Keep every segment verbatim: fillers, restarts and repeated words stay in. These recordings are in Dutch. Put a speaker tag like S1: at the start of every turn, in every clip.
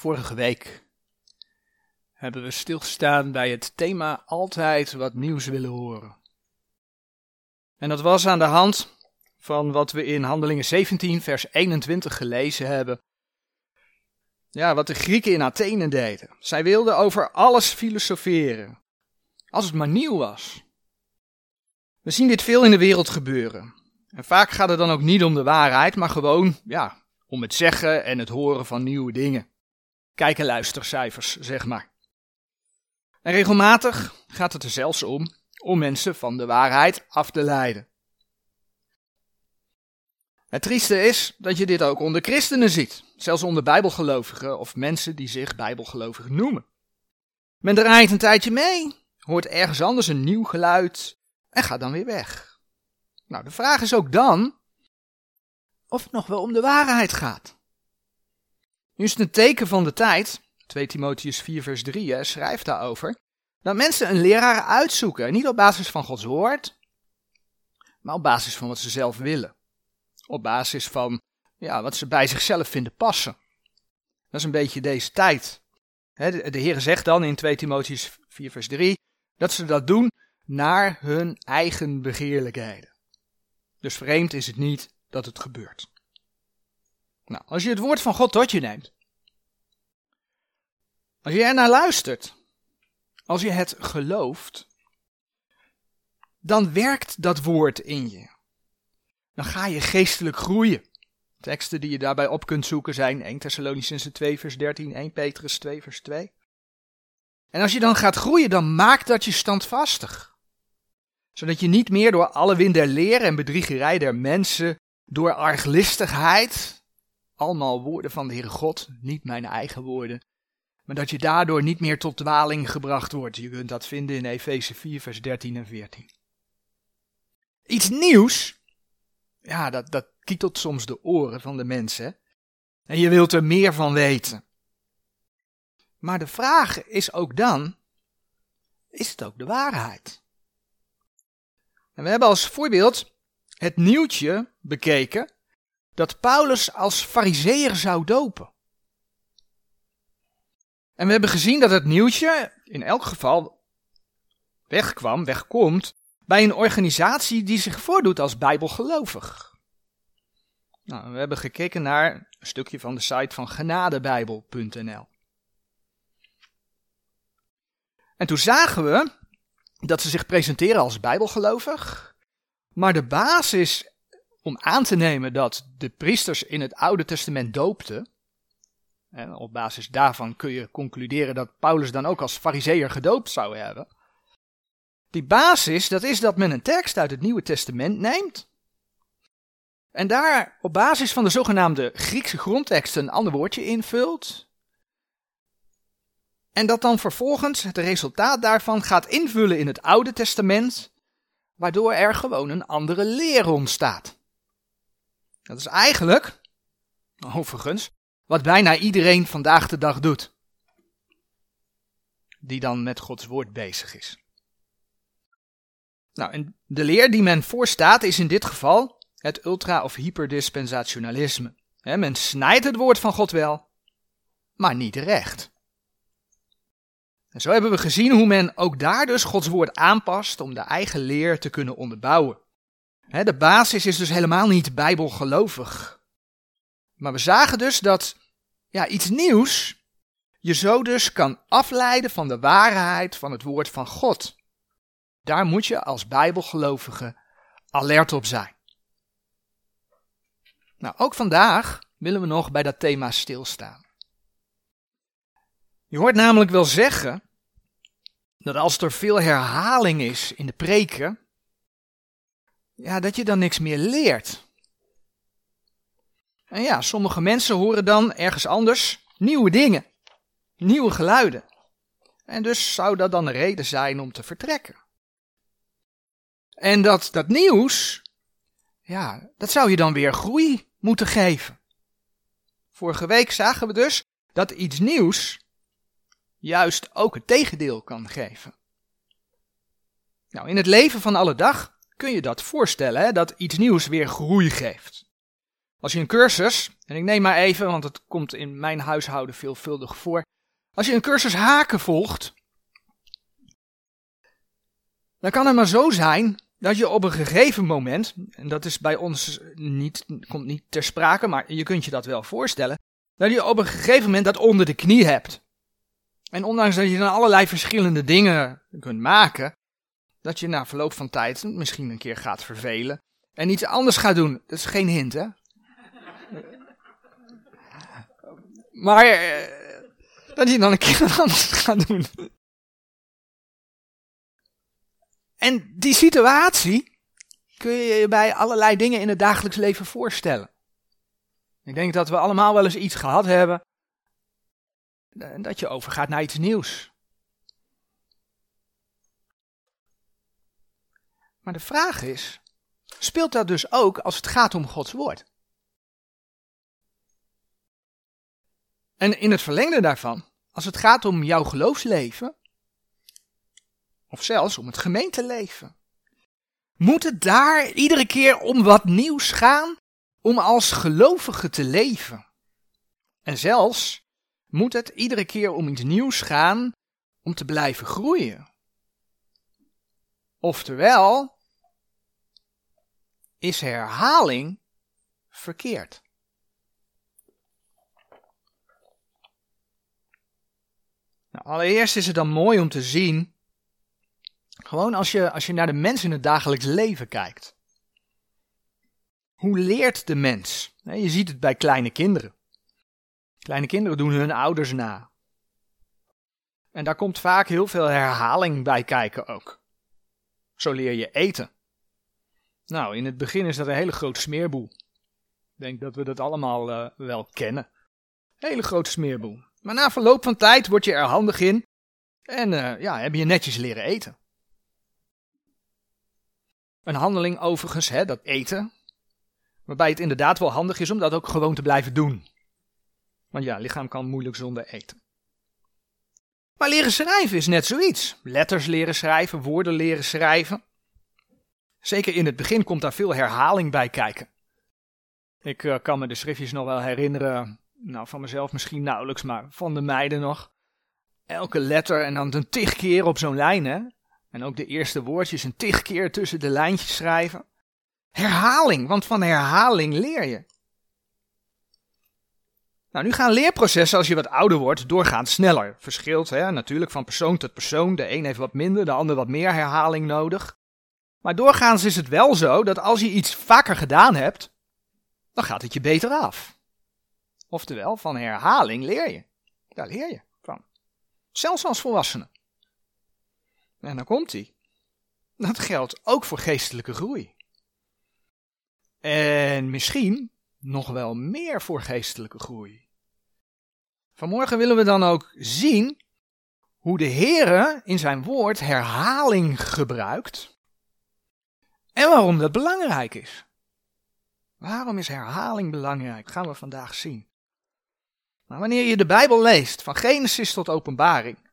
S1: Vorige week hebben we stilgestaan bij het thema altijd wat nieuws willen horen. En dat was aan de hand van wat we in Handelingen zeventien vers eenentwintig gelezen hebben. Ja, wat de Grieken in Athene deden. Zij wilden over alles filosoferen, als het maar nieuw was. We zien dit veel in de wereld gebeuren. En vaak gaat het dan ook niet om de waarheid, maar gewoon, ja, om het zeggen en het horen van nieuwe dingen. Kijk- en luistercijfers, zeg maar. En regelmatig gaat het er zelfs om, om mensen van de waarheid af te leiden. Het trieste is dat je dit ook onder christenen ziet, zelfs onder bijbelgelovigen of mensen die zich bijbelgelovig noemen. Men draait een tijdje mee, hoort ergens anders een nieuw geluid en gaat dan weer weg. Nou, de vraag is ook dan of het nog wel om de waarheid gaat. Nu is het een teken van de tijd, twee Timotheüs vier vers drie hè, schrijft daarover, dat mensen een leraar uitzoeken, niet op basis van Gods woord, maar op basis van wat ze zelf willen. Op basis van ja, wat ze bij zichzelf vinden passen. Dat is een beetje deze tijd. He, de, de Heer zegt dan in twee Timotheüs vier vers drie, dat ze dat doen naar hun eigen begeerlijkheden. Dus vreemd is het niet dat het gebeurt. Nou, als je het woord van God tot je neemt, als je er naar luistert, als je het gelooft, dan werkt dat woord in je. Dan ga je geestelijk groeien. Teksten die je daarbij op kunt zoeken zijn Eerste Thessalonicenzen twee vers dertien, Eerste Petrus twee vers twee. En als je dan gaat groeien, dan maakt dat je standvastig. Zodat je niet meer door alle wind der leer en bedriegerij der mensen, door arglistigheid, allemaal woorden van de Heere God, niet mijn eigen woorden, maar dat je daardoor niet meer tot dwaling gebracht wordt. Je kunt dat vinden in Efeze vier vers dertien en veertien. Iets nieuws, ja, dat, dat kietelt soms de oren van de mensen. En je wilt er meer van weten. Maar de vraag is ook dan, is het ook de waarheid? En we hebben als voorbeeld het nieuwtje bekeken dat Paulus als farizeeër zou dopen. En we hebben gezien dat het nieuwtje in elk geval wegkwam, wegkomt bij een organisatie die zich voordoet als bijbelgelovig. Nou, we hebben gekeken naar een stukje van de site van genadebijbel punt n l. En toen zagen we dat ze zich presenteren als bijbelgelovig, maar de basis om aan te nemen dat de priesters in het Oude Testament doopten, en op basis daarvan kun je concluderen dat Paulus dan ook als farizeeër gedoopt zou hebben. Die basis, dat is dat men een tekst uit het Nieuwe Testament neemt en daar op basis van de zogenaamde Griekse grondtekst een ander woordje invult. En dat dan vervolgens het resultaat daarvan gaat invullen in het Oude Testament, waardoor er gewoon een andere leer ontstaat. Dat is eigenlijk, overigens, wat bijna iedereen vandaag de dag doet, die dan met Gods woord bezig is. Nou, en de leer die men voorstaat is in dit geval het ultra- of hyperdispensationalisme. He, men snijdt het woord van God wel, maar niet recht. En zo hebben we gezien hoe men ook daar dus Gods woord aanpast om de eigen leer te kunnen onderbouwen. He, de basis is dus helemaal niet bijbelgelovig. Maar we zagen dus dat ja, iets nieuws je zo dus kan afleiden van de waarheid van het woord van God. Daar moet je als bijbelgelovige alert op zijn. Nou, ook vandaag willen we nog bij dat thema stilstaan. Je hoort namelijk wel zeggen dat als er veel herhaling is in de preken, ja, dat je dan niks meer leert. En ja, sommige mensen horen dan ergens anders nieuwe dingen, nieuwe geluiden. En dus zou dat dan een reden zijn om te vertrekken. En dat, dat nieuws, ja, dat zou je dan weer groei moeten geven. Vorige week zagen we dus dat iets nieuws juist ook het tegendeel kan geven. Nou, in het leven van alle dag kun je dat voorstellen, hè, dat iets nieuws weer groei geeft. Als je een cursus, en ik neem maar even, want het komt in mijn huishouden veelvuldig voor. Als je een cursus haken volgt, dan kan het maar zo zijn dat je op een gegeven moment, en dat is bij ons niet, komt niet ter sprake, maar je kunt je dat wel voorstellen, dat je op een gegeven moment dat onder de knie hebt. En ondanks dat je dan allerlei verschillende dingen kunt maken, dat je na verloop van tijd misschien een keer gaat vervelen en iets anders gaat doen. Dat is geen hint, hè? Maar eh, dat je dan een keer wat anders gaat doen. En die situatie kun je je bij allerlei dingen in het dagelijks leven voorstellen. Ik denk dat we allemaal wel eens iets gehad hebben, dat je overgaat naar iets nieuws. Maar de vraag is, speelt dat dus ook als het gaat om Gods woord? En in het verlengde daarvan, als het gaat om jouw geloofsleven, of zelfs om het gemeenteleven, moet het daar iedere keer om wat nieuws gaan, om als gelovige te leven? En zelfs moet het iedere keer om iets nieuws gaan, om te blijven groeien? Oftewel, is herhaling verkeerd? Nou, allereerst is het dan mooi om te zien, gewoon als je, als je naar de mens in het dagelijks leven kijkt. Hoe leert de mens? Je ziet het bij kleine kinderen. Kleine kinderen doen hun ouders na. En daar komt vaak heel veel herhaling bij kijken ook. Zo leer je eten. Nou, in het begin is dat een hele grote smeerboel. Ik denk dat we dat allemaal uh, wel kennen. Hele grote smeerboel. Maar na verloop van tijd word je er handig in en uh, ja, heb je netjes leren eten. Een handeling overigens, hè, dat eten, waarbij het inderdaad wel handig is om dat ook gewoon te blijven doen. Want ja, het lichaam kan moeilijk zonder eten. Maar leren schrijven is net zoiets. Letters leren schrijven, woorden leren schrijven. Zeker in het begin komt daar veel herhaling bij kijken. Ik uh, kan me de schriftjes nog wel herinneren, nou van mezelf misschien nauwelijks, maar van de meiden nog. Elke letter en dan een tig keer op zo'n lijn, hè. En ook de eerste woordjes een tig keer tussen de lijntjes schrijven. Herhaling, want van herhaling leer je. Nou, nu gaan leerprocessen als je wat ouder wordt doorgaans sneller. Verschilt hè, natuurlijk van persoon tot persoon. De een heeft wat minder, de ander wat meer herhaling nodig. Maar doorgaans is het wel zo dat als je iets vaker gedaan hebt, dan gaat het je beter af. Oftewel, van herhaling leer je. Daar leer je van. Zelfs als volwassene. En dan komt ie. Dat geldt ook voor geestelijke groei. En misschien nog wel meer voor geestelijke groei. Vanmorgen willen we dan ook zien hoe de Heere in zijn woord herhaling gebruikt en waarom dat belangrijk is. Waarom is herhaling belangrijk? Dat gaan we vandaag zien. Nou, wanneer je de Bijbel leest, van Genesis tot Openbaring,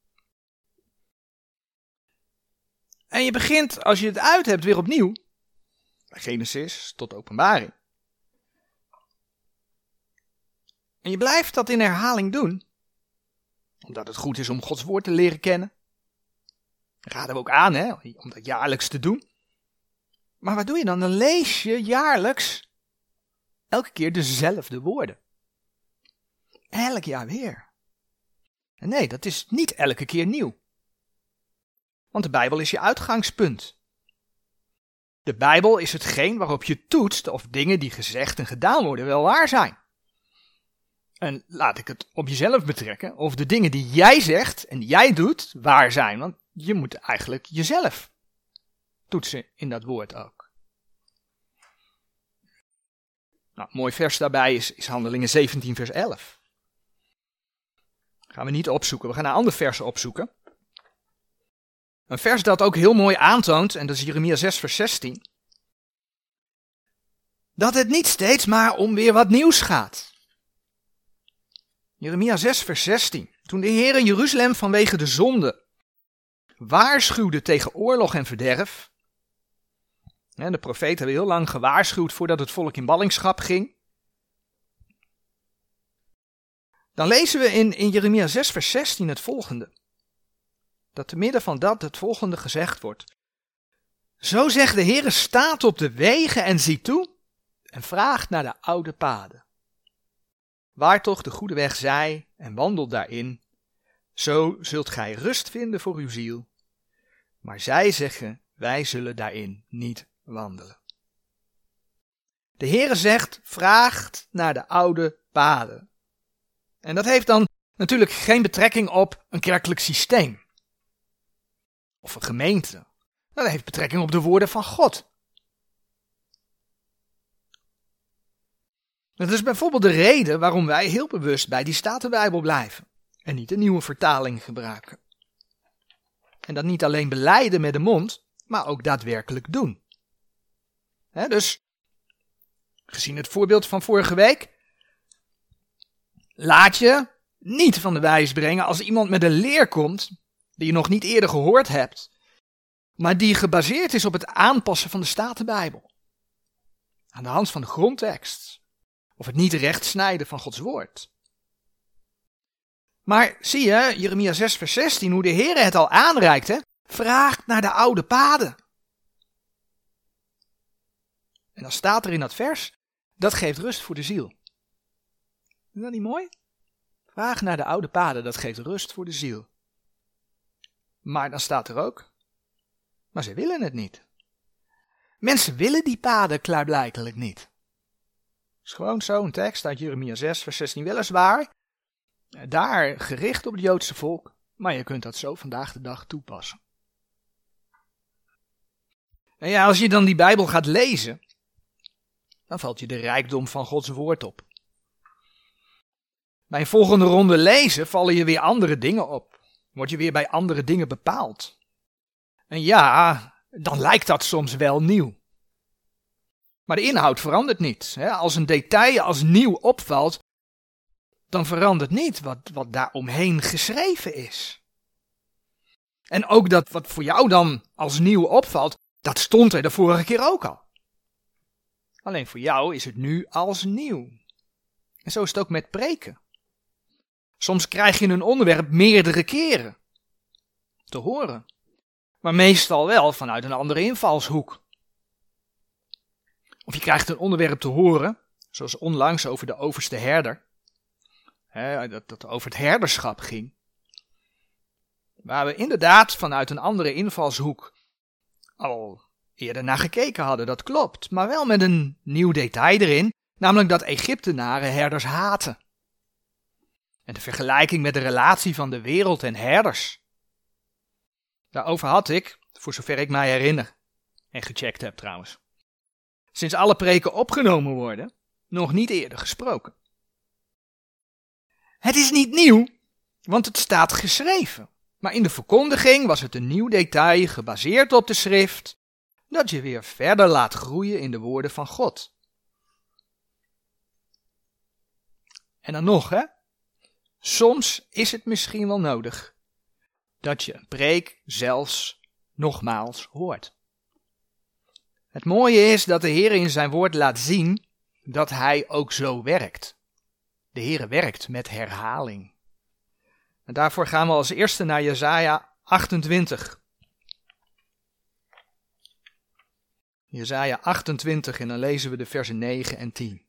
S1: en je begint, als je het uit hebt, weer opnieuw, bij Genesis tot Openbaring, en je blijft dat in herhaling doen, omdat het goed is om Gods woord te leren kennen. Dat raden we ook aan, hè, om dat jaarlijks te doen. Maar wat doe je dan? Dan lees je jaarlijks elke keer dezelfde woorden. Elk jaar weer. En nee, dat is niet elke keer nieuw. Want de Bijbel is je uitgangspunt. De Bijbel is hetgeen waarop je toetst of dingen die gezegd en gedaan worden wel waar zijn. En laat ik het op jezelf betrekken, of de dingen die jij zegt en die jij doet waar zijn. Want je moet eigenlijk jezelf toetsen in dat woord ook. Nou, een mooi vers daarbij is, is Handelingen zeventien vers elf. Gaan we niet opzoeken, we gaan een ander vers opzoeken. Een vers dat ook heel mooi aantoont, en dat is Jeremia zes vers zestien. Dat het niet steeds maar om weer wat nieuws gaat. Jeremia zes vers zestien. Toen de Heere Jeruzalem vanwege de zonde waarschuwde tegen oorlog en verderf. De profeten hebben heel lang gewaarschuwd voordat het volk in ballingschap ging. Dan lezen we in, in Jeremia zes vers zestien het volgende. Dat te midden van dat het volgende gezegd wordt. Zo zegt de Heere, staat op de wegen en ziet toe en vraagt naar de oude paden. Waar toch de goede weg zij en wandelt daarin, zo zult gij rust vinden voor uw ziel. Maar zij zeggen, wij zullen daarin niet wandelen. De Heere zegt, vraagt naar de oude paden. En dat heeft dan natuurlijk geen betrekking op een kerkelijk systeem. Of een gemeente. Dat heeft betrekking op de woorden van God. Dat is bijvoorbeeld de reden waarom wij heel bewust bij die Statenbijbel blijven. En niet een nieuwe vertaling gebruiken. En dat niet alleen belijden met de mond, maar ook daadwerkelijk doen. He, dus, gezien het voorbeeld van vorige week, laat je niet van de wijs brengen als iemand met een leer komt, die je nog niet eerder gehoord hebt, maar die gebaseerd is op het aanpassen van de Statenbijbel. Aan de hand van de grondtekst. Of het niet recht snijden van Gods woord. Maar zie je, Jeremia zes vers zestien, hoe de Heere het al aanreikt, hè? Vraagt naar de oude paden. En dan staat er in dat vers, dat geeft rust voor de ziel. Is dat niet mooi? Vraag naar de oude paden, dat geeft rust voor de ziel. Maar dan staat er ook, maar ze willen het niet. Mensen willen die paden klaarblijkelijk niet. Het is gewoon zo'n tekst uit Jeremia zes vers zestien, weliswaar, daar gericht op het Joodse volk, maar je kunt dat zo vandaag de dag toepassen. En ja, als je dan die Bijbel gaat lezen, dan valt je de rijkdom van Gods woord op. Bij een volgende ronde lezen vallen je weer andere dingen op. Word je weer bij andere dingen bepaald. En ja, dan lijkt dat soms wel nieuw. Maar de inhoud verandert niet. Als een detail als nieuw opvalt, dan verandert niet wat, wat daar omheen geschreven is. En ook dat wat voor jou dan als nieuw opvalt, dat stond er de vorige keer ook al. Alleen voor jou is het nu als nieuw. En zo is het ook met preken. Soms krijg je een onderwerp meerdere keren te horen. Maar meestal wel vanuit een andere invalshoek. Of je krijgt een onderwerp te horen, zoals onlangs over de overste herder. Hè, dat het over het herderschap ging. Waar we inderdaad vanuit een andere invalshoek al eerder naar gekeken hadden, dat klopt. Maar wel met een nieuw detail erin, namelijk dat Egyptenaren herders haten. En de vergelijking met de relatie van de wereld en herders. Daarover had ik, voor zover ik mij herinner, en gecheckt heb trouwens, sinds alle preken opgenomen worden, nog niet eerder gesproken. Het is niet nieuw, want het staat geschreven. Maar in de verkondiging was het een nieuw detail, gebaseerd op de schrift, dat je weer verder laat groeien in de woorden van God. En dan nog, hè? Soms is het misschien wel nodig dat je een preek zelfs nogmaals hoort. Het mooie is dat de Heer in zijn woord laat zien dat hij ook zo werkt. De Heer werkt met herhaling. En daarvoor gaan we als eerste naar Jesaja achtentwintig. Jesaja achtentwintig en dan lezen we de versen negen en tien.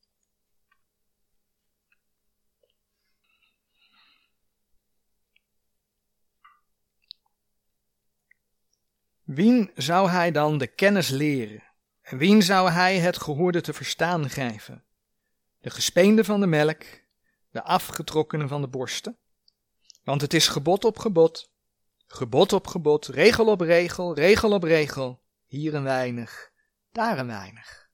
S1: Wien zou hij dan de kennis leren? En wien zou hij het gehoorde te verstaan geven? De gespeende van de melk, de afgetrokkenen van de borsten? Want het is gebod op gebod, gebod op gebod, regel op regel, regel op regel, hier een weinig, daar een weinig.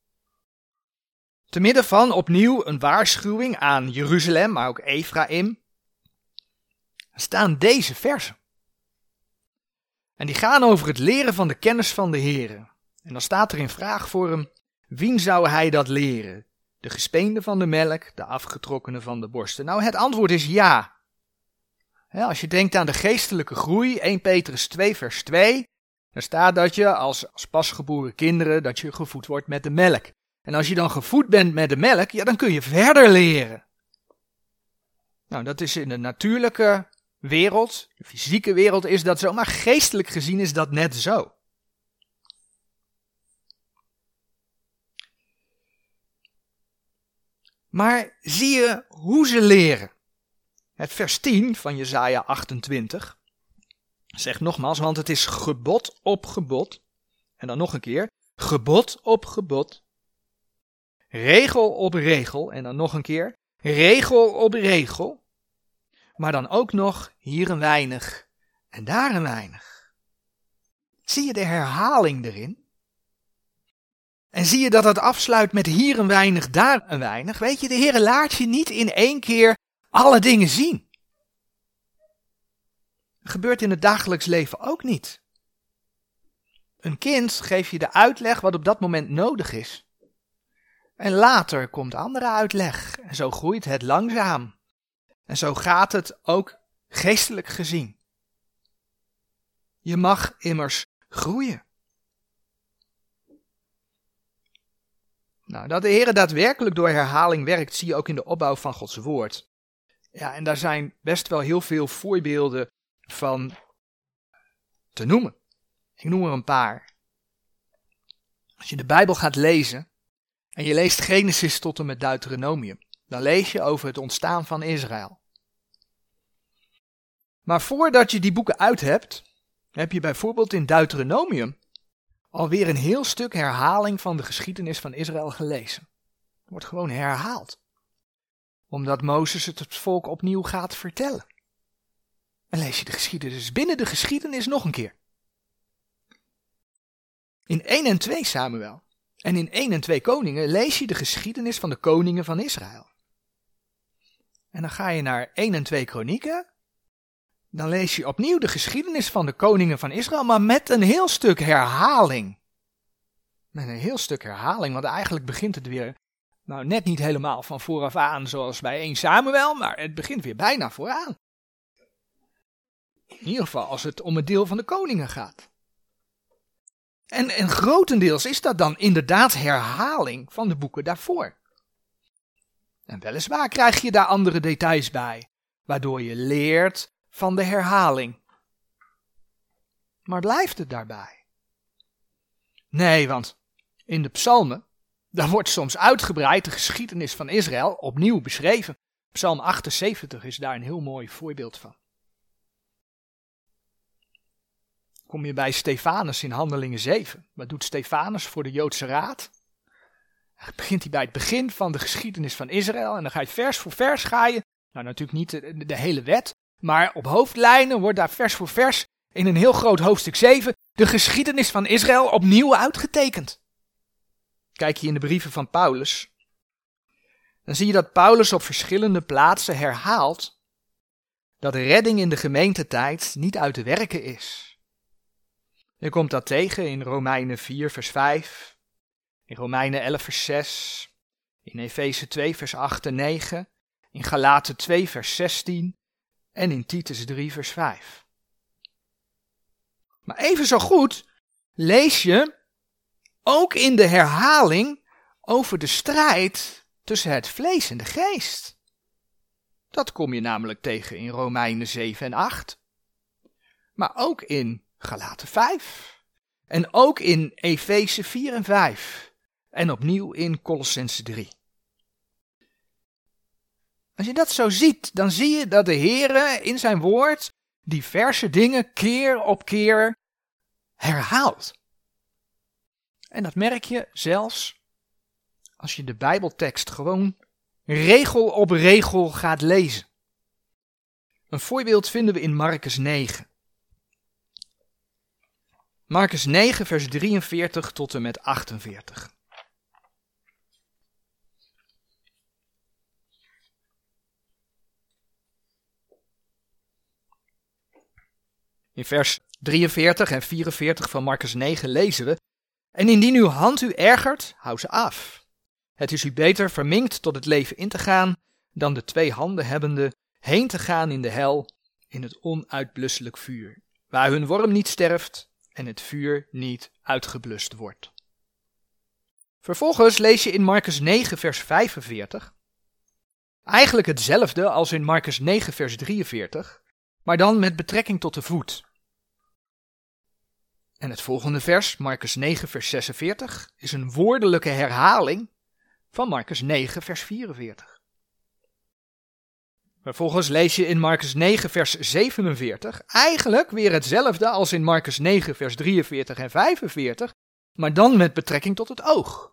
S1: Te midden van opnieuw een waarschuwing aan Jeruzalem, maar ook Efraïm, staan deze versen. En die gaan over het leren van de kennis van de Heere. En dan staat er in vraag voor hem, wien zou hij dat leren? De gespeende van de melk, de afgetrokkenen van de borsten. Nou, het antwoord is ja. Ja, als je denkt aan de geestelijke groei, eerste Petrus twee vers twee, dan staat dat je als, als pasgeboren kinderen, dat je gevoed wordt met de melk. En als je dan gevoed bent met de melk, ja, dan kun je verder leren. Nou, dat is in de natuurlijke wereld, de fysieke wereld is dat zo, maar geestelijk gezien is dat net zo. Maar zie je hoe ze leren? Het vers tien van Jesaja achtentwintig zegt nogmaals, want het is gebod op gebod. En dan nog een keer, gebod op gebod. Regel op regel. En dan nog een keer, regel op regel. Maar dan ook nog hier een weinig en daar een weinig. Zie je de herhaling erin? En zie je dat het afsluit met hier een weinig, daar een weinig? Weet je, de Heer laat je niet in één keer alle dingen zien. Dat gebeurt in het dagelijks leven ook niet. Een kind geeft je de uitleg wat op dat moment nodig is. En later komt andere uitleg. En zo groeit het langzaam. En zo gaat het ook geestelijk gezien. Je mag immers groeien. Nou, dat de Heer daadwerkelijk door herhaling werkt, zie je ook in de opbouw van Gods woord. Ja, en daar zijn best wel heel veel voorbeelden van te noemen. Ik noem er een paar. Als je de Bijbel gaat lezen, en je leest Genesis tot en met Deuteronomium, dan lees je over het ontstaan van Israël. Maar voordat je die boeken uit hebt, heb je bijvoorbeeld in Deuteronomium alweer een heel stuk herhaling van de geschiedenis van Israël gelezen. Het wordt gewoon herhaald. Omdat Mozes het het volk opnieuw gaat vertellen. En lees je de geschiedenis binnen de geschiedenis nog een keer. In één en twee Samuel en in één en twee Koningen lees je de geschiedenis van de koningen van Israël. En dan ga je naar één en twee Kronieken. Dan lees je opnieuw de geschiedenis van de koningen van Israël, maar met een heel stuk herhaling. Met een heel stuk herhaling, want eigenlijk begint het weer, nou net niet helemaal van vooraf aan zoals bij één Samuel, maar het begint weer bijna vooraan. In ieder geval als het om het deel van de koningen gaat. En, en grotendeels is dat dan inderdaad herhaling van de boeken daarvoor. En weliswaar krijg je daar andere details bij, waardoor je leert van de herhaling. Maar blijft het daarbij? Nee, want in de psalmen, daar wordt soms uitgebreid de geschiedenis van Israël opnieuw beschreven. Psalm achtenzeventig is daar een heel mooi voorbeeld van. Kom je bij Stefanus in Handelingen zeven. Wat doet Stefanus voor de Joodse Raad? Dan begint hij bij het begin van de geschiedenis van Israël en dan ga je vers voor vers ga je, nou natuurlijk niet de, de hele wet, maar op hoofdlijnen wordt daar vers voor vers in een heel groot hoofdstuk zeven de geschiedenis van Israël opnieuw uitgetekend. Kijk je in de brieven van Paulus, dan zie je dat Paulus op verschillende plaatsen herhaalt dat redding in de gemeentetijd niet uit de werken is. Je komt dat tegen in Romeinen vier vers vijf, in Romeinen elf vers zes, in Efeze twee vers acht en negen, in Galaten twee vers zestien en in Titus drie vers vijf. Maar even zo goed lees je ook in de herhaling over de strijd tussen het vlees en de geest. Dat kom je namelijk tegen in Romeinen zeven en acht, maar ook in Galaten vijf en ook in Efeze vier en vijf en opnieuw in Kolossense drie. Als je dat zo ziet, dan zie je dat de Heere in zijn woord diverse dingen keer op keer herhaalt. En dat merk je zelfs als je de Bijbeltekst gewoon regel op regel gaat lezen. Een voorbeeld vinden we in Markus negen. Markus negen vers drieënveertig tot en met achtenveertig. In vers drieënveertig en vierenveertig van Markus negen lezen we: En indien uw hand u ergert, hou ze af. Het is u beter verminkt tot het leven in te gaan, dan de twee handen hebbende heen te gaan in de hel, in het onuitblusselijk vuur, waar hun worm niet sterft en het vuur niet uitgeblust wordt. Vervolgens lees je in Markus negen vers vijfenveertig: Eigenlijk hetzelfde als in Marcus negen vers drieënveertig, maar dan met betrekking tot de voet. En het volgende vers, Marcus negen vers zesenveertig, is een woordelijke herhaling van Marcus negen vers vierenveertig. Vervolgens lees je in Marcus negen vers zevenenveertig eigenlijk weer hetzelfde als in Marcus negen vers drieënveertig en vijfenveertig, maar dan met betrekking tot het oog.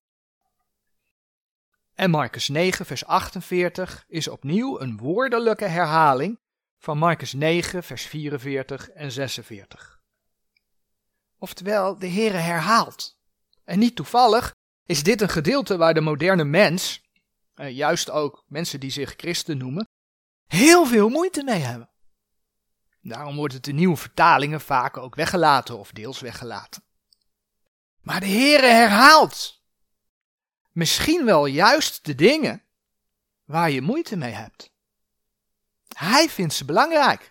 S1: En Marcus negen vers achtenveertig is opnieuw een woordelijke herhaling van Marcus negen vers vierenveertig en zesenveertig. Oftewel, de Heere herhaalt. En niet toevallig is dit een gedeelte waar de moderne mens, eh, juist ook mensen die zich christen noemen, heel veel moeite mee hebben. Daarom wordt het in nieuwe vertalingen vaak ook weggelaten of deels weggelaten. Maar de Heere herhaalt. Misschien wel juist de dingen waar je moeite mee hebt. Hij vindt ze belangrijk.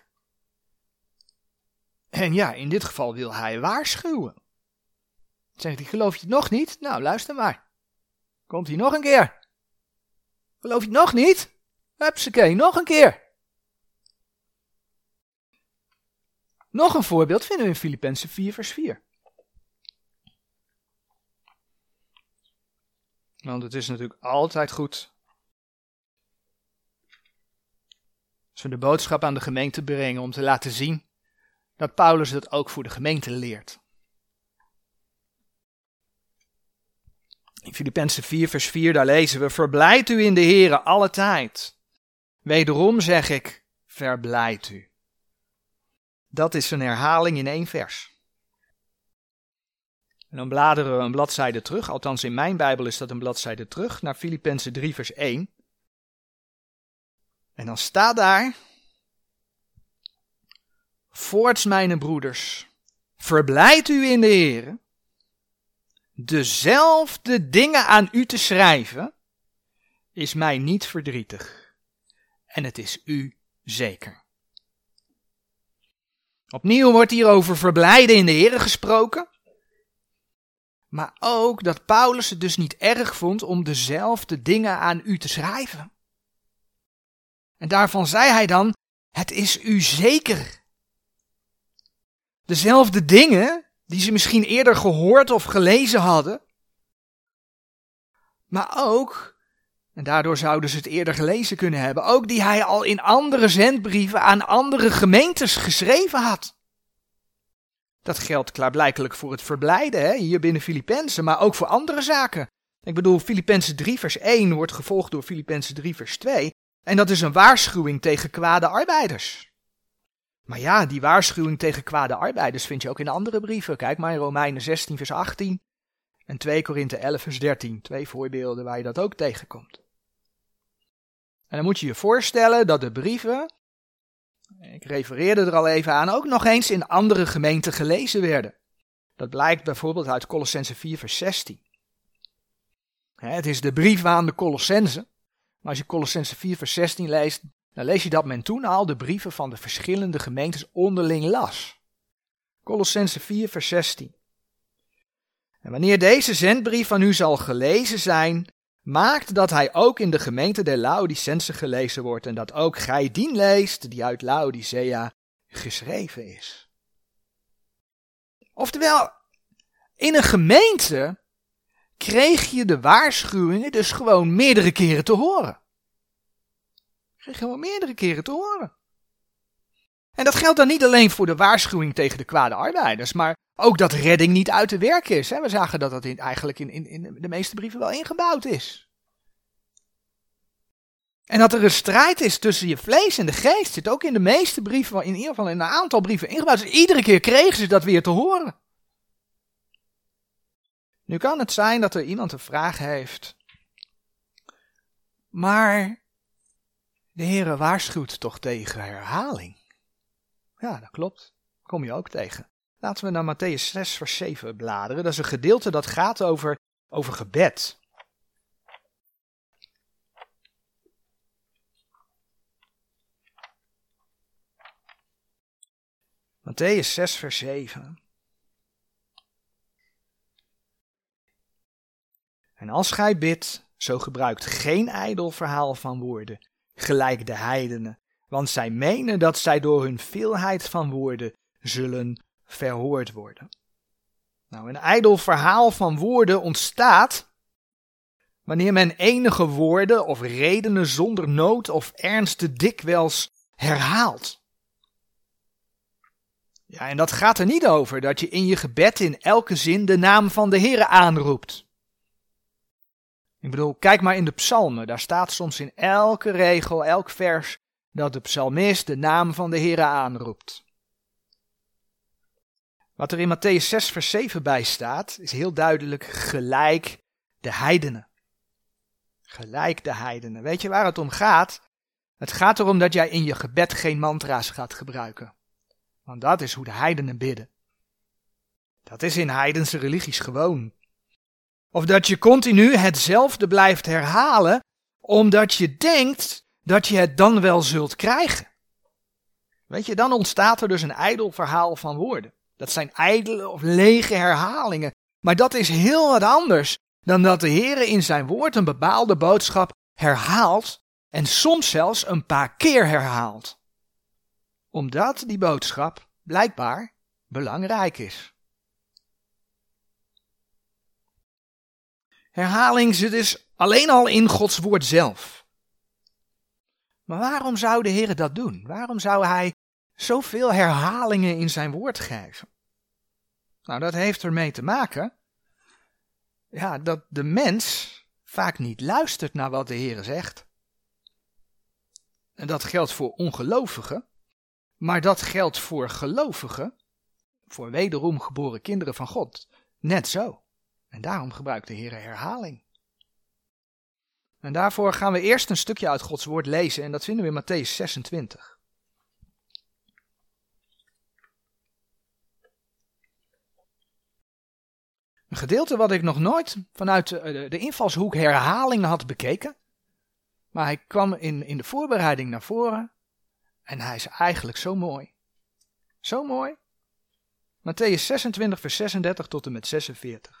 S1: En ja, in dit geval wil hij waarschuwen. Zegt hij, geloof je het nog niet? Nou, luister maar. Komt hij nog een keer? Geloof je het nog niet? Hupsakee, nog een keer. Nog een voorbeeld vinden we in Filippenzen vier vers vier. Want het is natuurlijk altijd goed als we de boodschap aan de gemeente brengen om te laten zien dat Paulus het ook voor de gemeente leert. In Filippenzen vier vers vier daar lezen we, verblijd u in de Here alle tijd. Wederom zeg ik, verblijd u. Dat is een herhaling in één vers. En dan bladeren we een bladzijde terug, althans in mijn Bijbel is dat een bladzijde terug, naar Filippenzen drie vers één. En dan staat daar, voorts mijne broeders, verblijd u in de Heere, dezelfde dingen aan u te schrijven, is mij niet verdrietig. En het is u zeker. Opnieuw wordt hier over verblijden in de Heere gesproken. Maar ook dat Paulus het dus niet erg vond om dezelfde dingen aan u te schrijven. En daarvan zei hij dan, het is u zeker. Dezelfde dingen die ze misschien eerder gehoord of gelezen hadden. Maar ook, en daardoor zouden ze het eerder gelezen kunnen hebben, ook die hij al in andere zendbrieven aan andere gemeentes geschreven had. Dat geldt klaarblijkelijk voor het verblijden, hè, hier binnen Filippenzen, maar ook voor andere zaken. Ik bedoel, Filippenzen drie vers één wordt gevolgd door Filippenzen drie vers twee. En dat is een waarschuwing tegen kwade arbeiders. Maar ja, die waarschuwing tegen kwade arbeiders vind je ook in andere brieven. Kijk maar in Romeinen zestien vers achttien en twee Korinthe elf vers dertien. Twee voorbeelden waar je dat ook tegenkomt. En dan moet je je voorstellen dat de brieven, ik refereerde er al even aan, ook nog eens in andere gemeenten gelezen werden. Dat blijkt bijvoorbeeld uit Kolossenzen vier vers zestien. Het is de brief aan de Kolossenzen. Maar als je Kolossenzen vier vers zestien leest, dan lees je dat men toen al de brieven van de verschillende gemeentes onderling las. Kolossenzen vier vers zestien. En wanneer deze zendbrief van u zal gelezen zijn, maakt dat hij ook in de gemeente der Laodicense gelezen wordt en dat ook gij dien leest die uit Laodicea geschreven is. Oftewel, in een gemeente kreeg je de waarschuwingen dus gewoon meerdere keren te horen. Kreeg je gewoon meerdere keren te horen. En dat geldt dan niet alleen voor de waarschuwing tegen de kwade arbeiders, maar ook dat redding niet uit te werken is. We zagen dat dat in, eigenlijk in, in, in de meeste brieven wel ingebouwd is. En dat er een strijd is tussen je vlees en de geest, zit ook in de meeste brieven, in ieder geval in een aantal brieven ingebouwd. Dus iedere keer kregen ze dat weer te horen. Nu kan het zijn dat er iemand een vraag heeft. Maar de Heere waarschuwt toch tegen herhaling? Ja, dat klopt. Kom je ook tegen. Laten we naar Mattheüs zes vers zeven bladeren. Dat is een gedeelte dat gaat over, over gebed. Mattheüs zes vers zeven. En als gij bidt, zo gebruikt geen ijdel verhaal van woorden, gelijk de heidenen, want zij menen dat zij door hun veelheid van woorden zullen verhoord worden. Nou, een ijdel verhaal van woorden ontstaat wanneer men enige woorden of redenen zonder nood of ernst te dikwijls herhaalt. Ja, en dat gaat er niet over dat je in je gebed in elke zin de naam van de Heere aanroept. Ik bedoel, kijk maar in de psalmen, daar staat soms in elke regel, elk vers, dat de psalmist de naam van de Heere aanroept. Wat er in Mattheüs zes vers zeven bij staat, is heel duidelijk gelijk de heidenen. Gelijk de heidenen. Weet je waar het om gaat? Het gaat erom dat jij in je gebed geen mantra's gaat gebruiken. Want dat is hoe de heidenen bidden. Dat is in heidense religies gewoon. Of dat je continu hetzelfde blijft herhalen, omdat je denkt dat je het dan wel zult krijgen. Weet je, dan ontstaat er dus een ijdel verhaal van woorden. Dat zijn ijdele of lege herhalingen. Maar dat is heel wat anders dan dat de Heere in zijn woord een bepaalde boodschap herhaalt en soms zelfs een paar keer herhaalt. Omdat die boodschap blijkbaar belangrijk is. Herhaling zit dus alleen al in Gods woord zelf. Maar waarom zou de Heere dat doen? Waarom zou hij zoveel herhalingen in zijn woord geven? Nou, dat heeft ermee te maken ja, dat de mens vaak niet luistert naar wat de Heere zegt. En dat geldt voor ongelovigen, maar dat geldt voor gelovigen, voor wederom geboren kinderen van God, net zo. En daarom gebruikt de Heere herhaling. En daarvoor gaan we eerst een stukje uit Gods woord lezen en dat vinden we in Mattheüs zesentwintig. Een gedeelte wat ik nog nooit vanuit de, de invalshoek herhaling had bekeken. Maar hij kwam in, in de voorbereiding naar voren. En hij is eigenlijk zo mooi. Zo mooi. Mattheüs zesentwintig vers zesendertig tot en met zesenveertig.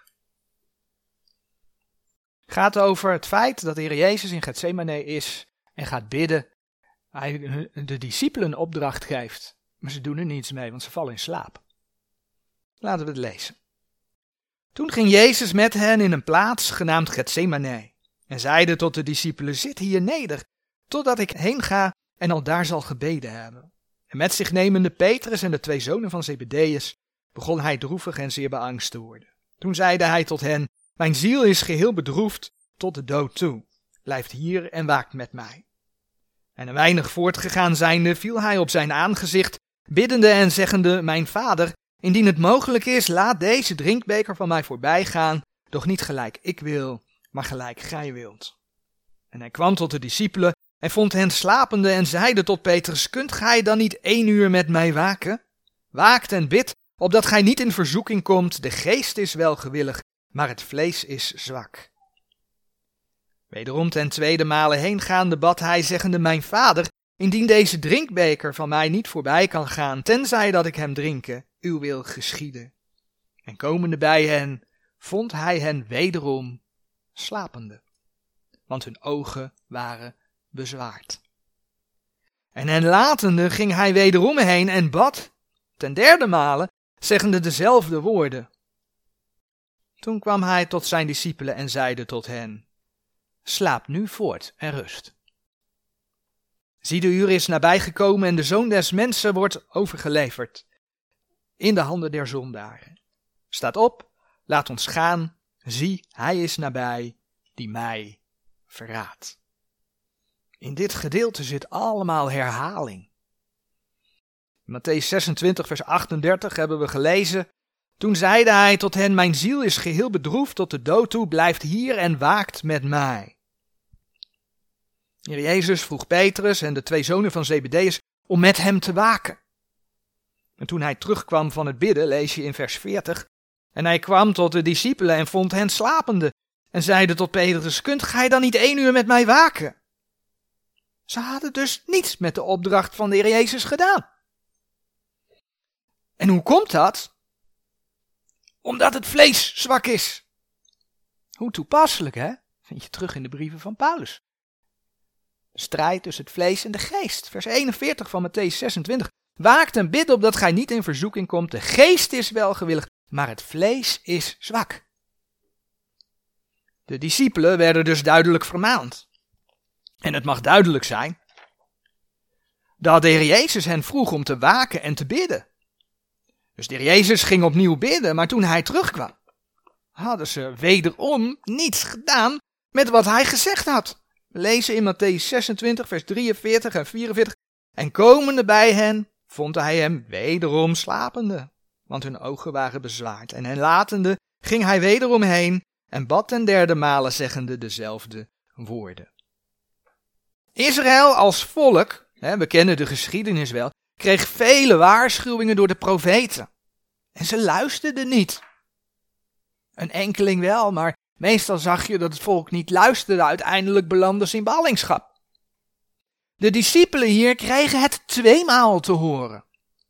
S1: Gaat over het feit dat de Heer Jezus in Getsemane is en gaat bidden. Hij de discipelen opdracht geeft. Maar ze doen er niets mee, want ze vallen in slaap. Laten we het lezen. Toen ging Jezus met hen in een plaats genaamd Getsemane en zeide tot de discipelen, zit hier neder, totdat ik heen ga en al daar zal gebeden hebben. En met zich nemende Petrus en de twee zonen van Zebedeus, begon hij droevig en zeer beangst te worden. Toen zeide hij tot hen, mijn ziel is geheel bedroefd tot de dood toe. Blijft hier en waakt met mij. En een weinig voortgegaan zijnde viel hij op zijn aangezicht, biddende en zeggende, mijn vader, indien het mogelijk is, laat deze drinkbeker van mij voorbij gaan, doch niet gelijk ik wil, maar gelijk gij wilt. En hij kwam tot de discipelen en vond hen slapende en zeide tot Petrus, kunt gij dan niet één uur met mij waken? Waakt en bid, opdat gij niet in verzoeking komt, de geest is wel gewillig, maar het vlees is zwak. Wederom ten tweede male heengaande bad hij, zeggende, mijn vader, indien deze drinkbeker van mij niet voorbij kan gaan, tenzij dat ik hem drinken, uw wil geschieden. En komende bij hen, vond hij hen wederom slapende, want hun ogen waren bezwaard. En hen latende ging hij wederom heen en bad, ten derde male, zeggende dezelfde woorden. Toen kwam hij tot zijn discipelen en zeide tot hen, slaap nu voort en rust. Zie, de uur is nabijgekomen en de Zoon des Mensen wordt overgeleverd in de handen der zondaren. Staat op, laat ons gaan, zie, hij is nabij, die mij verraadt. In dit gedeelte zit allemaal herhaling. In Mattheüs zesentwintig vers achtendertig hebben we gelezen, toen zeide hij tot hen, mijn ziel is geheel bedroefd tot de dood toe, blijft hier en waakt met mij. Heer Jezus vroeg Petrus en de twee zonen van Zebedeus om met hem te waken. En toen hij terugkwam van het bidden, lees je in vers veertig, en hij kwam tot de discipelen en vond hen slapende, en zeide tot Petrus, kunt gij dan niet één uur met mij waken? Ze hadden dus niets met de opdracht van de Heer Jezus gedaan. En hoe komt dat? Omdat het vlees zwak is. Hoe toepasselijk, hè? Vind je terug in de brieven van Paulus. De strijd tussen het vlees en de geest. Vers eenenveertig van Mattheüs zesentwintig. Waakt en bid opdat gij niet in verzoeking komt. De geest is wel gewillig, maar het vlees is zwak. De discipelen werden dus duidelijk vermaand. En het mag duidelijk zijn dat de Heer Jezus hen vroeg om te waken en te bidden. Dus de Heer Jezus ging opnieuw bidden, maar toen hij terugkwam, hadden ze wederom niets gedaan met wat hij gezegd had. We lezen in Mattheüs zesentwintig, vers drieënveertig en vierenveertig. En komende bij hen, vond hij hem wederom slapende, want hun ogen waren bezwaard. En hen latende, ging hij wederom heen en bad ten derde male, zeggende dezelfde woorden. Israël als volk, hè, we kennen de geschiedenis wel, kreeg vele waarschuwingen door de profeten. En ze luisterden niet. Een enkeling wel, maar meestal zag je dat het volk niet luisterde, uiteindelijk belandde ze in ballingschap. De discipelen hier kregen het tweemaal te horen.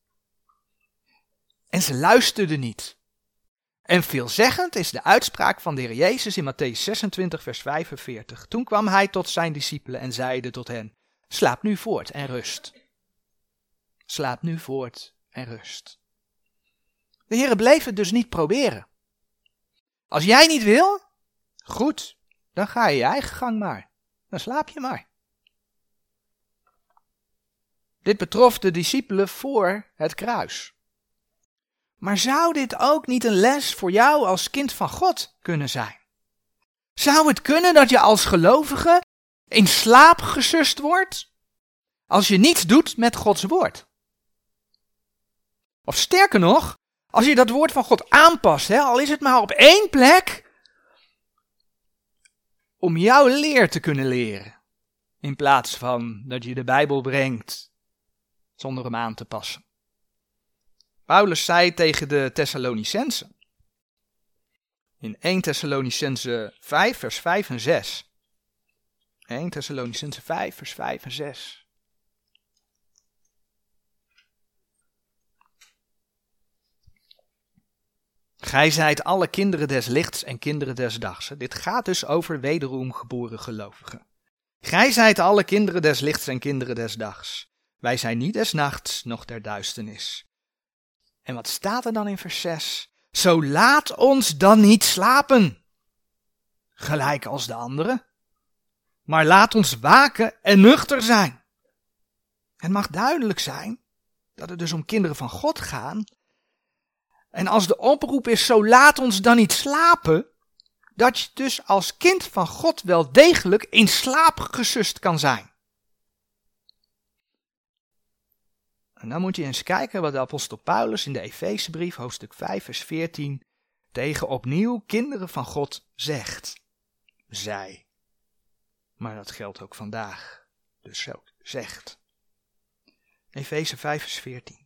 S1: En ze luisterden niet. En veelzeggend is de uitspraak van de Heer Jezus in Mattheüs zesentwintig, vers vijfenveertig. Toen kwam hij tot zijn discipelen en zeide tot hen: slaap nu voort en rust. Slaap nu voort en rust. De Heer bleef het dus niet proberen. Als jij niet wil, goed, dan ga je je eigen gang maar. Dan slaap je maar. Dit betrof de discipelen voor het kruis. Maar zou dit ook niet een les voor jou als kind van God kunnen zijn? Zou het kunnen dat je als gelovige in slaap gesust wordt als je niets doet met Gods woord? Of sterker nog, als je dat woord van God aanpast, hè, al is het maar op één plek, om jouw leer te kunnen leren, in plaats van dat je de Bijbel brengt zonder hem aan te passen. Paulus zei tegen de Thessalonicensen, in eerste Thessalonicenzen vijf, vers vijf en zes. eerste Thessalonicenzen vijf, vers vijf en zes. Gij zijt alle kinderen des lichts en kinderen des dags. Dit gaat dus over wederom geboren gelovigen. Gij zijt alle kinderen des lichts en kinderen des dags. Wij zijn niet des nachts, noch der duisternis. En wat staat er dan in vers zes? Zo laat ons dan niet slapen, gelijk als de anderen, maar laat ons waken en nuchter zijn. Het mag duidelijk zijn dat het dus om kinderen van God gaan. En als de oproep is, zo laat ons dan niet slapen, dat je dus als kind van God wel degelijk in slaap gesust kan zijn. En dan moet je eens kijken wat de apostel Paulus in de Efezebrief, hoofdstuk vijf, vers veertien, tegen opnieuw kinderen van God zegt. Zij. Maar dat geldt ook vandaag. Dus ook zegt. Efeze vijf, vers veertien.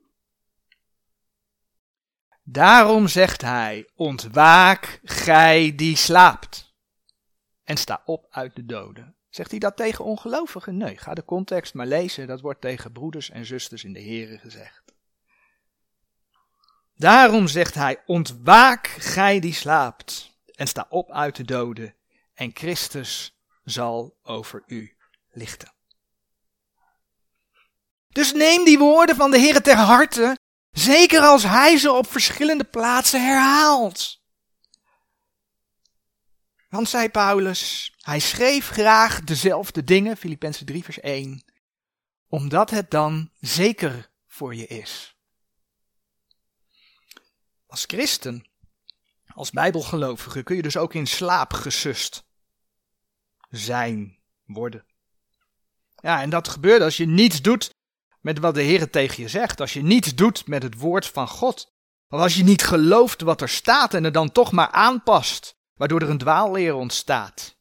S1: Daarom zegt hij, ontwaak gij die slaapt. En sta op uit de doden. Zegt hij dat tegen ongelovigen? Nee, ga de context maar lezen. Dat wordt tegen broeders en zusters in de Here gezegd. Daarom zegt hij, ontwaak gij die slaapt. En sta op uit de doden. En Christus zal over u lichten. Dus neem die woorden van de Here ter harte. Zeker als hij ze op verschillende plaatsen herhaalt. Want, zei Paulus, hij schreef graag dezelfde dingen, Filippenzen drie vers één, omdat het dan zeker voor je is. Als christen, als bijbelgelovige, kun je dus ook in slaap gesust zijn, worden. Ja, en dat gebeurt als je niets doet met wat de Heer tegen je zegt, als je niets doet met het woord van God, of als je niet gelooft wat er staat en er dan toch maar aanpast, waardoor er een dwaalleer ontstaat.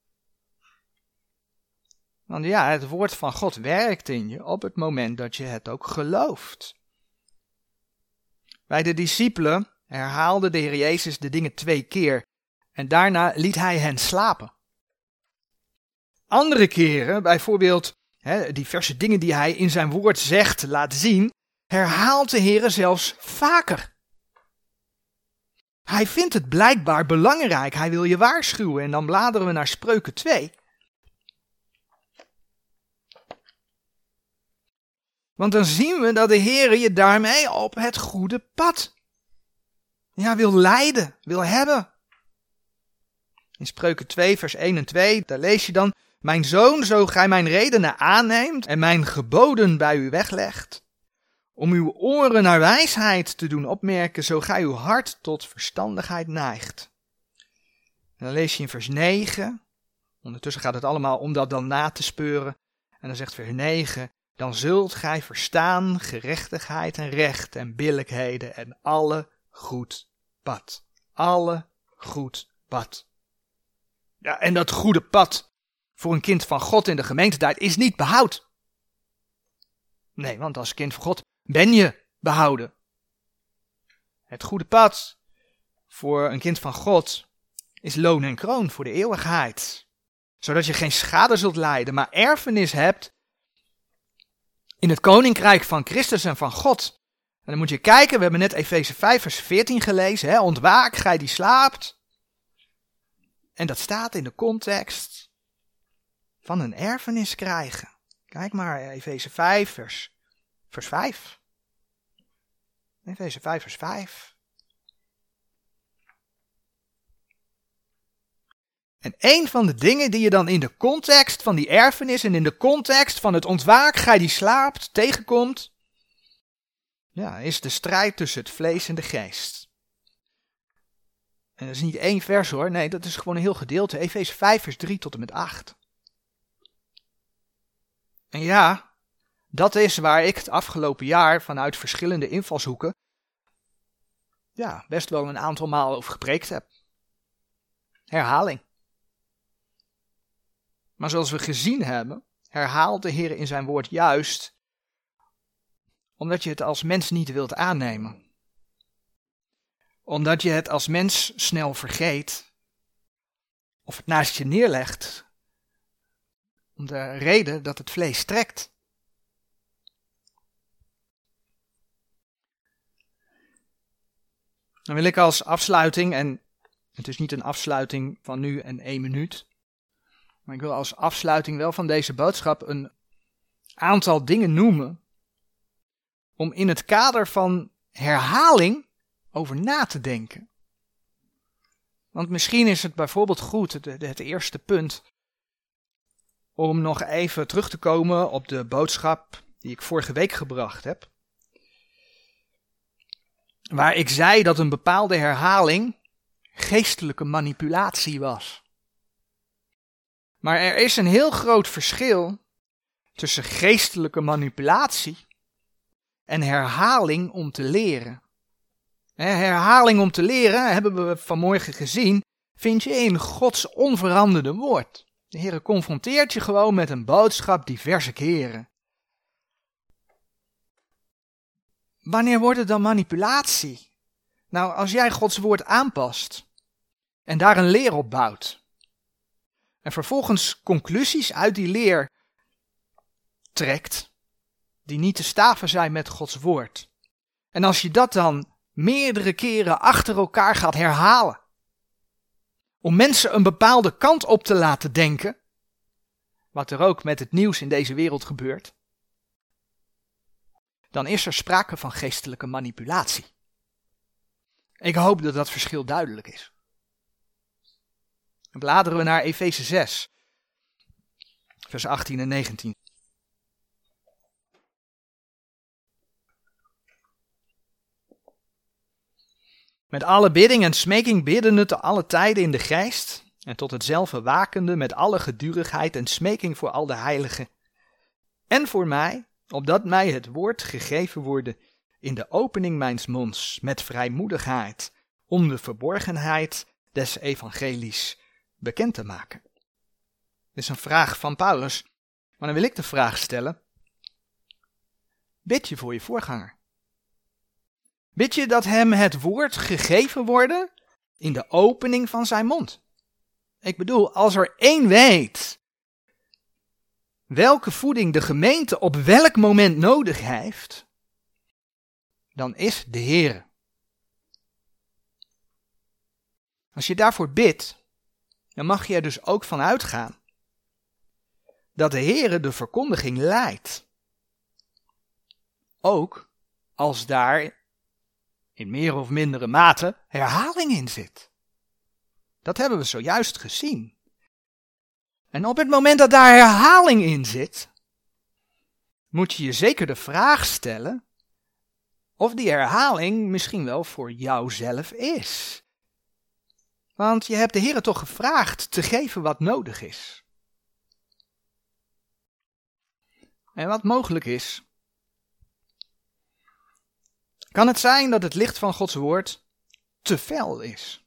S1: Want ja, het woord van God werkt in je op het moment dat je het ook gelooft. Bij de discipelen herhaalde de Heer Jezus de dingen twee keer en daarna liet hij hen slapen. Andere keren, bijvoorbeeld he, diverse dingen die hij in zijn woord zegt, laat zien, herhaalt de Heer zelfs vaker. Hij vindt het blijkbaar belangrijk. Hij wil je waarschuwen. En dan bladeren we naar Spreuken twee. Want dan zien we dat de Heer je daarmee op het goede pad ja, wil leiden, wil hebben. In Spreuken twee, vers één en twee, daar lees je dan: Mijn zoon, zo gij mijn redenen aanneemt en mijn geboden bij u weglegt, om uw oren naar wijsheid te doen opmerken, zo gij uw hart tot verstandigheid neigt. En dan lees je in vers negen, ondertussen gaat het allemaal om dat dan na te speuren, en dan zegt vers negen: Dan zult gij verstaan gerechtigheid en recht en billijkheden en alle goed pad. Alle goed pad. Ja, en dat goede pad voor een kind van God in de gemeentetijd is niet behoud. Nee, want als kind van God ben je behouden. Het goede pad voor een kind van God is loon en kroon voor de eeuwigheid. Zodat je geen schade zult lijden, maar erfenis hebt in het koninkrijk van Christus en van God. En dan moet je kijken, we hebben net Efeze vijf vers veertien gelezen. Hè? Ontwaak, gij die slaapt. En dat staat in de context van een erfenis krijgen. Kijk maar, Efeze vijf vers, vers vijf. Efeze vijf vers vijf. En een van de dingen die je dan in de context van die erfenis en in de context van het ontwaak, gij die slaapt, tegenkomt, ja, is de strijd tussen het vlees en de geest. En dat is niet één vers hoor, nee, dat is gewoon een heel gedeelte. Efeze vijf vers drie tot en met acht. En ja, dat is waar ik het afgelopen jaar vanuit verschillende invalshoeken ja, best wel een aantal maal over gepreekt heb. Herhaling. Maar zoals we gezien hebben, herhaalt de Heer in zijn woord juist omdat je het als mens niet wilt aannemen. Omdat je het als mens snel vergeet of het naast je neerlegt. Om de reden dat het vlees trekt. Dan wil ik als afsluiting, en het is niet een afsluiting van nu en één minuut, maar ik wil als afsluiting wel van deze boodschap een aantal dingen noemen om in het kader van herhaling over na te denken. Want misschien is het bijvoorbeeld goed, het, het eerste punt, om nog even terug te komen op de boodschap die ik vorige week gebracht heb. Waar ik zei dat een bepaalde herhaling geestelijke manipulatie was. Maar er is een heel groot verschil tussen geestelijke manipulatie en herhaling om te leren. Herhaling om te leren, hebben we vanmorgen gezien, vind je in Gods onveranderde woord. De Heer confronteert je gewoon met een boodschap diverse keren. Wanneer wordt het dan manipulatie? Nou, als jij Gods woord aanpast en daar een leer op bouwt en vervolgens conclusies uit die leer trekt die niet te staven zijn met Gods woord. En als je dat dan meerdere keren achter elkaar gaat herhalen om mensen een bepaalde kant op te laten denken, wat er ook met het nieuws in deze wereld gebeurt, dan is er sprake van geestelijke manipulatie. Ik hoop dat dat verschil duidelijk is. Dan bladeren we naar Efeze zes, vers achttien en negentien. Met alle bidding en smeking biddende te alle tijden in de geest, en tot hetzelfde wakende met alle gedurigheid en smeking voor al de heiligen. En voor mij, opdat mij het woord gegeven worden in de opening mijns monds, met vrijmoedigheid, om de verborgenheid des evangelies bekend te maken. Dit is een vraag van Paulus, maar dan wil ik de vraag stellen: bid je voor je voorganger? Bid je dat hem het woord gegeven worden in de opening van zijn mond? Ik bedoel, als er één weet welke voeding de gemeente op welk moment nodig heeft, dan is de Heer. Als je daarvoor bidt, dan mag je er dus ook van uitgaan dat de Heere de verkondiging leidt. Ook als daar in meer of mindere mate herhaling in zit. Dat hebben we zojuist gezien. En op het moment dat daar herhaling in zit, moet je je zeker de vraag stellen of die herhaling misschien wel voor jouzelf is. Want je hebt de Heere toch gevraagd te geven wat nodig is. En wat mogelijk is, kan het zijn dat het licht van Gods woord te fel is.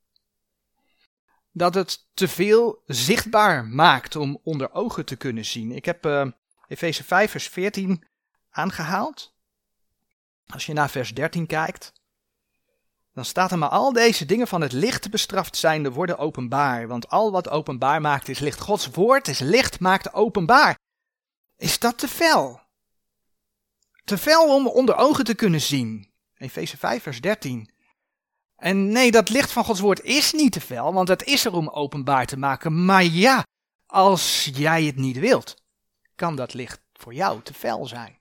S1: Dat het te veel zichtbaar maakt om onder ogen te kunnen zien. Ik heb uh, Efeze vijf vers veertien aangehaald. Als je naar vers dertien kijkt, dan staat er maar al deze dingen van het licht bestraft zijnde worden openbaar. Want al wat openbaar maakt is licht. Gods woord is licht, maakt openbaar. Is dat te fel? Te fel om onder ogen te kunnen zien. Efeze vijf vers dertien. En nee, dat licht van Gods woord is niet te fel, want het is er om openbaar te maken. Maar ja, als jij het niet wilt, kan dat licht voor jou te fel zijn.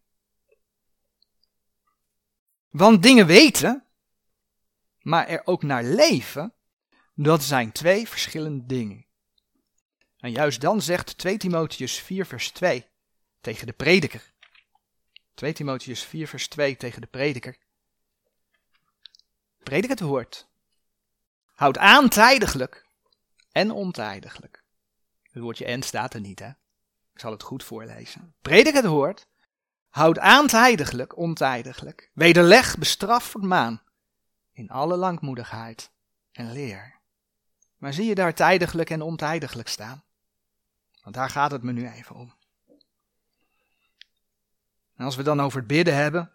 S1: Want dingen weten, maar er ook naar leven, dat zijn twee verschillende dingen. En juist dan zegt twee Timotheüs vier vers twee tegen de prediker. twee Timotheüs vier vers twee tegen de prediker. Predik het woord. Houd aan tijdiglijk en ontijdiglijk. Het woordje en staat er niet, hè? Ik zal het goed voorlezen. Predik het woord. Houd aan tijdiglijk, ontijdiglijk. Wederleg, bestraf, vermaan. In alle langmoedigheid en leer. Maar zie je daar tijdiglijk en ontijdiglijk staan? Want daar gaat het me nu even om. En als we dan over het bidden hebben.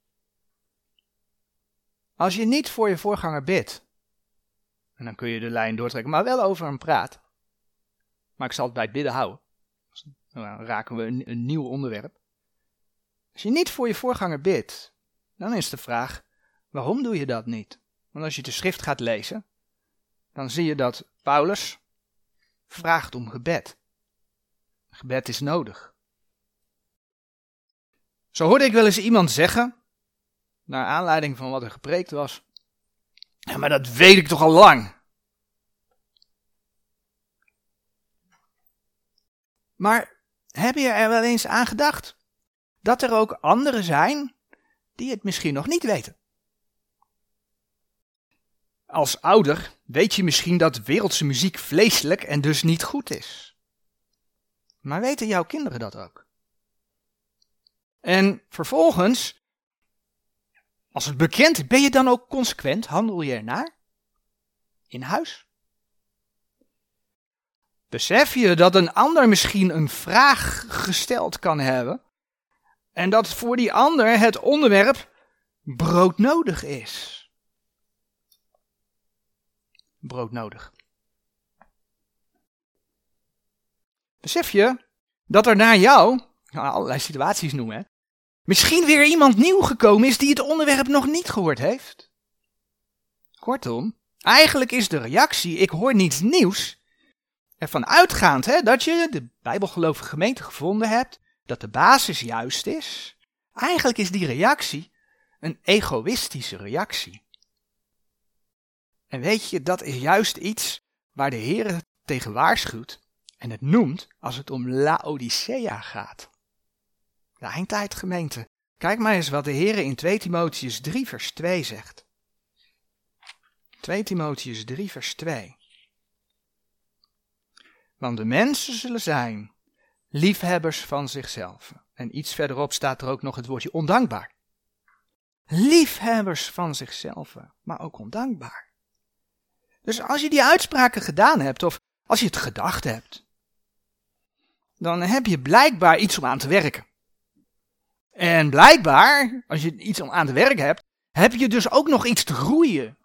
S1: Als je niet voor je voorganger bidt, en dan kun je de lijn doortrekken, maar wel over hem praat. Maar ik zal het bij het bidden houden. Dan raken we een, een nieuw onderwerp. Als je niet voor je voorganger bidt, dan is de vraag, waarom doe je dat niet? Want als je de schrift gaat lezen, dan zie je dat Paulus vraagt om gebed. Gebed is nodig. Zo hoorde ik wel eens iemand zeggen, naar aanleiding van wat er gepreekt was, ja, maar dat weet ik toch al lang. Maar heb je er wel eens aan gedacht dat er ook anderen zijn die het misschien nog niet weten? Als ouder weet je misschien dat wereldse muziek vleeselijk en dus niet goed is. Maar weten jouw kinderen dat ook? En vervolgens, als het bekend is, ben je dan ook consequent? Handel je ernaar? In huis? Besef je dat een ander misschien een vraag gesteld kan hebben en dat voor die ander het onderwerp broodnodig is? Broodnodig. Besef je dat er naar jou, nou, allerlei situaties noemen, hè, misschien weer iemand nieuw gekomen is die het onderwerp nog niet gehoord heeft? Kortom, eigenlijk is de reactie, ik hoor niets nieuws, ervan uitgaand hè, dat je de bijbelgelovige gemeente gevonden hebt, dat de basis juist is. Eigenlijk is die reactie een egoïstische reactie. En weet je, dat is juist iets waar de Heer tegen waarschuwt en het noemt als het om Laodicea gaat. De eindtijdgemeente. Kijk maar eens wat de Heer in twee Timotheüs drie vers twee zegt. twee Timotheüs drie vers twee. Want de mensen zullen zijn liefhebbers van zichzelf. En iets verderop staat er ook nog het woordje ondankbaar. Liefhebbers van zichzelf, maar ook ondankbaar. Dus als je die uitspraken gedaan hebt, of als je het gedacht hebt, dan heb je blijkbaar iets om aan te werken. En blijkbaar, als je iets om aan te werken hebt, heb je dus ook nog iets te groeien.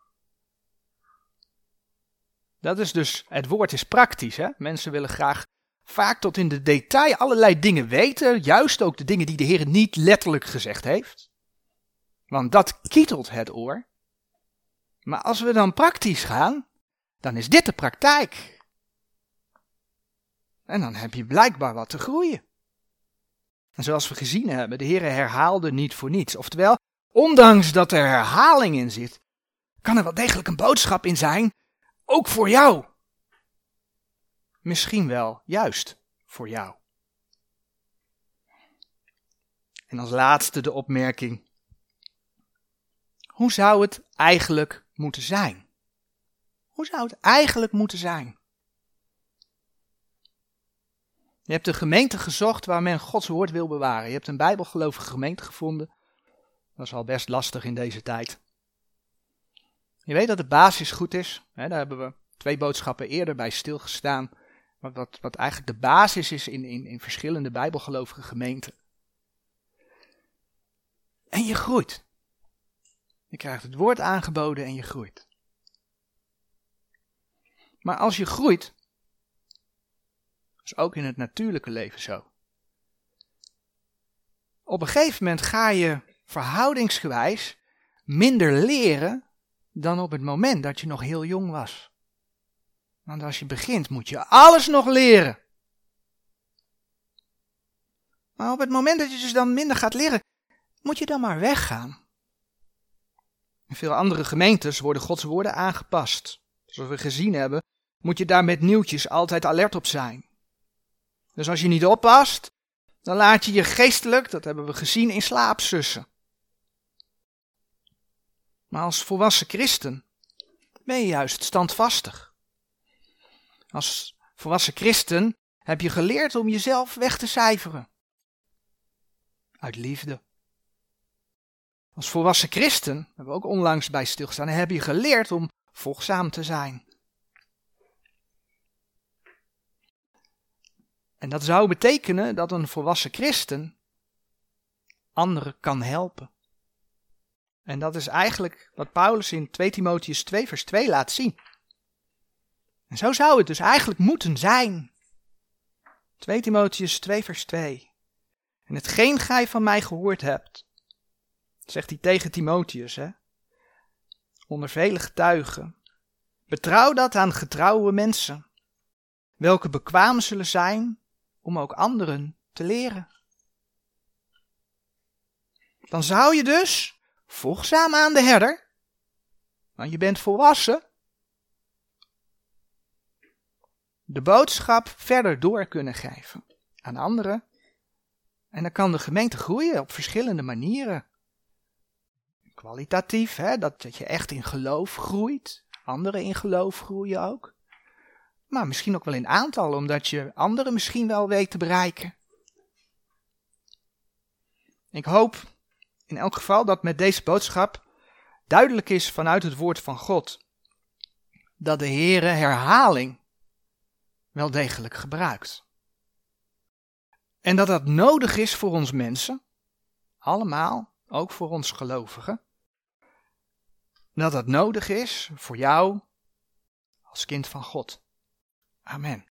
S1: Dat is dus, het woord is praktisch, hè? Mensen willen graag vaak tot in de detail allerlei dingen weten, juist ook de dingen die de Heer niet letterlijk gezegd heeft. Want dat kietelt het oor. Maar als we dan praktisch gaan, dan is dit de praktijk. En dan heb je blijkbaar wat te groeien. En zoals we gezien hebben, de Heer herhaalde niet voor niets. Oftewel, ondanks dat er herhaling in zit, kan er wel degelijk een boodschap in zijn, ook voor jou. Misschien wel juist voor jou. En als laatste de opmerking. Hoe zou het eigenlijk moeten zijn? Hoe zou het eigenlijk moeten zijn? Je hebt een gemeente gezocht waar men Gods woord wil bewaren. Je hebt een bijbelgelovige gemeente gevonden. Dat is al best lastig in deze tijd. Je weet dat de basis goed is. Hè, daar hebben we twee boodschappen eerder bij stilgestaan. Wat, wat, wat eigenlijk de basis is in, in, in verschillende bijbelgelovige gemeenten. En je groeit. Je krijgt het woord aangeboden en je groeit. Maar als je groeit, is ook in het natuurlijke leven zo. Op een gegeven moment ga je verhoudingsgewijs minder leren dan op het moment dat je nog heel jong was. Want als je begint moet je alles nog leren. Maar op het moment dat je dus dan minder gaat leren, moet je dan maar weggaan. In veel andere gemeentes worden Gods woorden aangepast. Zoals we gezien hebben, moet je daar met nieuwtjes altijd alert op zijn. Dus als je niet oppast, dan laat je je geestelijk, dat hebben we gezien, in slaap sussen. Maar als volwassen christen ben je juist standvastig. Als volwassen christen heb je geleerd om jezelf weg te cijferen. Uit liefde. Als volwassen christen, daar hebben we ook onlangs bij stilgestaan, heb je geleerd om volgzaam te zijn. En dat zou betekenen dat een volwassen christen anderen kan helpen. En dat is eigenlijk wat Paulus in twee Timotheüs twee vers twee laat zien. En zo zou het dus eigenlijk moeten zijn. twee Timotheüs twee vers twee. En hetgeen gij van mij gehoord hebt, zegt hij tegen Timotheus, hè, onder vele getuigen, betrouw dat aan getrouwe mensen, welke bekwaam zullen zijn om ook anderen te leren. Dan zou je dus, voegzaam aan de herder, want je bent volwassen, de boodschap verder door kunnen geven aan anderen. En dan kan de gemeente groeien op verschillende manieren. Kwalitatief, hè, dat, dat je echt in geloof groeit. Anderen in geloof groeien ook. Maar misschien ook wel in aantal, omdat je anderen misschien wel weet te bereiken. Ik hoop in elk geval dat met deze boodschap duidelijk is vanuit het woord van God dat de Heere herhaling wel degelijk gebruikt. En dat dat nodig is voor ons mensen, allemaal, ook voor ons gelovigen. Dat dat nodig is voor jou als kind van God. Amen.